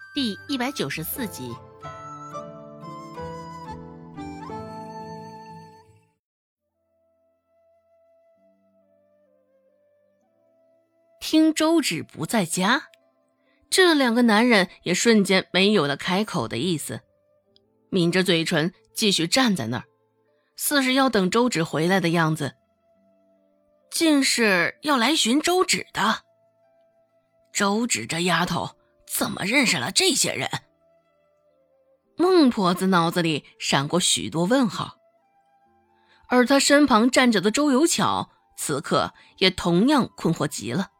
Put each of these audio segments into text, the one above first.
第194集。听周芷不在家，这两个男人也瞬间没有了开口的意思，抿着嘴唇继续站在那儿，似是要等周芷回来的样子。竟是要来寻周芷的。周芷这丫头怎么认识了这些人？孟婆子脑子里闪过许多问号，而她身旁站着的周有巧此刻也同样困惑极了。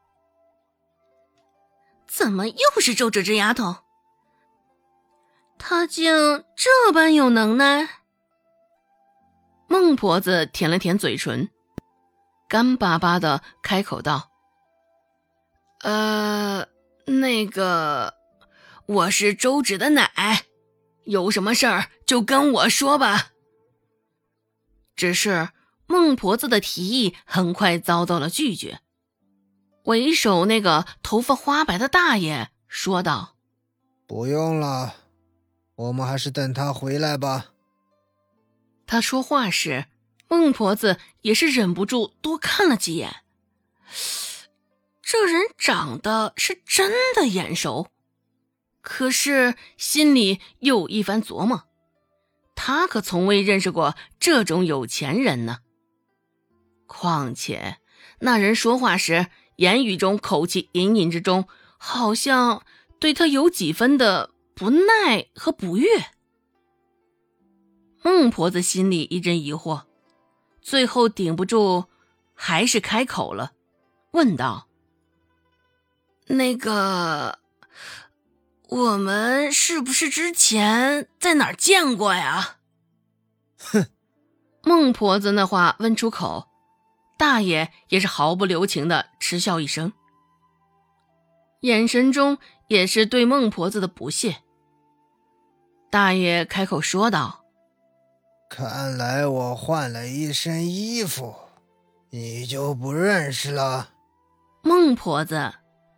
怎么又是周芷这丫头？她竟这般有能耐？孟婆子舔了舔嘴唇，干巴巴的开口道：我是周芷的奶，有什么事儿就跟我说吧。只是孟婆子的提议很快遭到了拒绝。为首那个头发花白的大爷说道： 不用了，我们还是等他回来吧。 他说话时，孟婆子也是忍不住多看了几眼。这人长得是真的眼熟，可是心里又有一番琢磨，他可从未认识过这种有钱人呢。况且那人说话时，言语中口气隐隐之中，好像对他有几分的不耐和不悦。孟婆子心里一阵疑惑，最后顶不住还是开口了，问道：我们是不是之前在哪儿见过呀？ 哼！ 孟婆子那话问出口，大爷也是毫不留情地嗤笑一声，眼神中也是对孟婆子的不屑。大爷开口说道： 看来我换了一身衣服，你就不认识了。 孟婆子，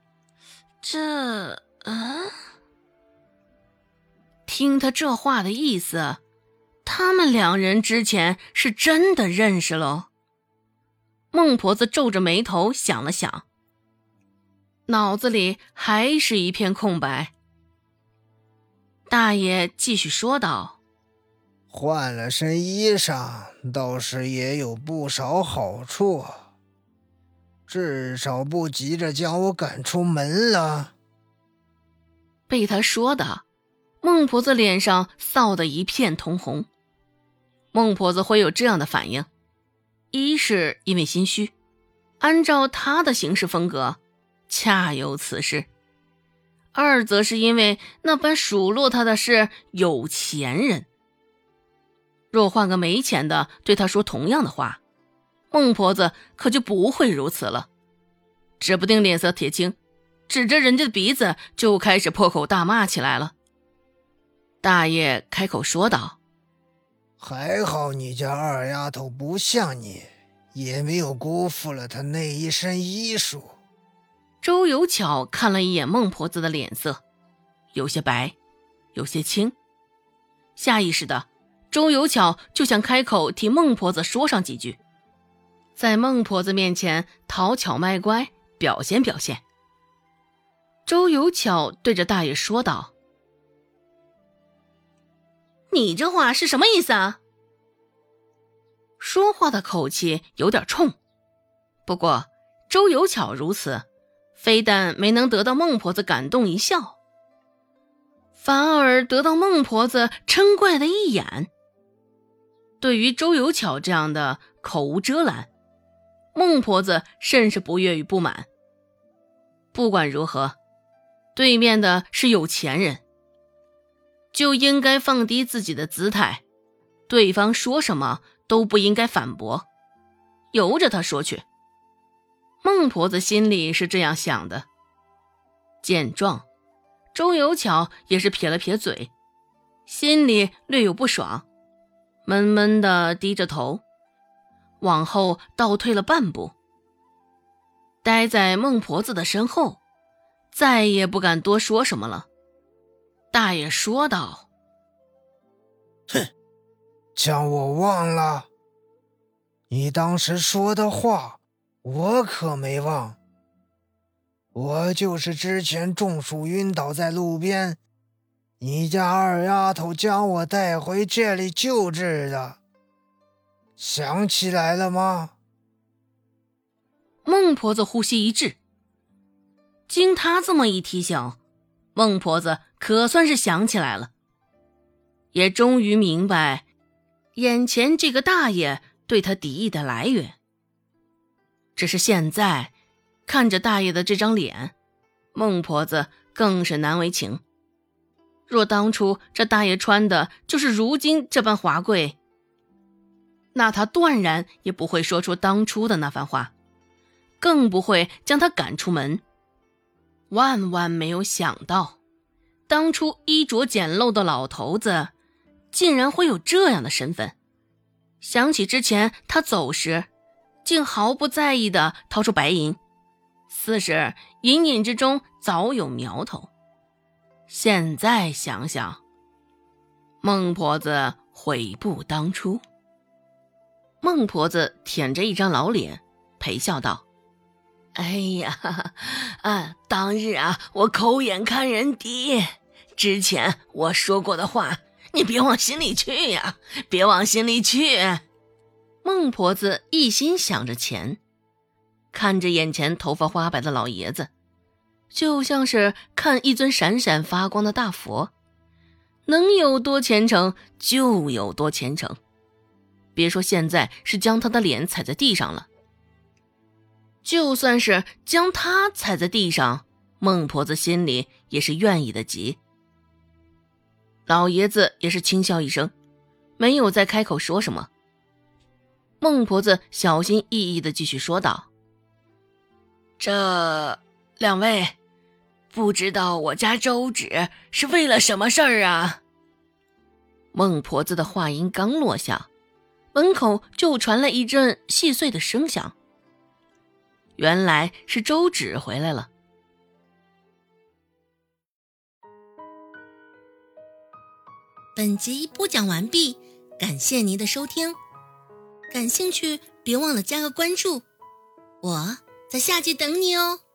听他这话的意思，他们两人之前是真的认识了。孟婆子皱着眉头想了想，脑子里还是一片空白。大爷继续说道： 换了身衣裳，倒是也有不少好处，至少不急着将我赶出门了。 被他说的，孟婆子脸上臊得一片通红。孟婆子会有这样的反应，一是因为心虚，按照她的行事风格，恰有此事；二则是因为那般数落她的是有钱人。若换个没钱的对她说同样的话，孟婆子可就不会如此了，指不定脸色铁青，指着人家的鼻子就开始破口大骂起来了。大爷开口说道： 还好你家二丫头不像你，也没有辜负了她那一身医术。 周有巧看了一眼孟婆子的脸色，有些白，有些青。下意识的，周有巧就想开口替孟婆子说上几句，在孟婆子面前讨巧卖乖，表现表现。周有巧对着大爷说道：你这话是什么意思啊？说话的口气有点冲，不过周有巧如此，非但没能得到孟婆子感动一笑，反而得到孟婆子嗔怪的一眼。对于周有巧这样的口无遮拦，孟婆子甚是不悦与不满。不管如何，对面的是有钱人，就应该放低自己的姿态，对方说什么都不应该反驳，由着他说去。孟婆子心里是这样想的。见状，周有巧也是撇了撇嘴，心里略有不爽，闷闷地低着头，往后倒退了半步，待在孟婆子的身后，再也不敢多说什么了。 大爷说道： 哼，将我忘了？你当时说的话我可没忘。我就是之前中暑晕倒在路边，你家二丫头将我带回这里救治的，想起来了吗？ 孟婆子呼吸一滞，经他这么一提醒，孟婆子可算是想起来了，也终于明白眼前这个大爷对他敌意的来源。只是现在看着大爷的这张脸，孟婆子更是难为情。若当初这大爷穿的就是如今这般华贵，那他断然也不会说出当初的那番话，更不会将他赶出门。万万没有想到，当初衣着简陋的老头子竟然会有这样的身份。想起之前他走时竟毫不在意地掏出白银，似是隐隐之中早有苗头。现在想想，孟婆子悔不当初。孟婆子舔着一张老脸，陪笑道：哎呀，当日我口眼看人低，之前我说过的话，你别往心里去呀，别往心里去。孟婆子一心想着钱，看着眼前头发花白的老爷子，就像是看一尊闪闪发光的大佛，能有多虔诚就有多虔诚。别说现在是将他的脸踩在地上了，就算是将他踩在地上，孟婆子心里也是愿意的极。老爷子也是轻笑一声，没有再开口说什么。孟婆子小心翼翼地继续说道：这两位，不知道我家周芷是为了什么事儿啊？孟婆子的话音刚落下，门口就传来一阵细碎的声响，原来是周芷回来了。 本集播讲完毕，感谢您的收听。感兴趣别忘了加个关注，我在下集等你哦。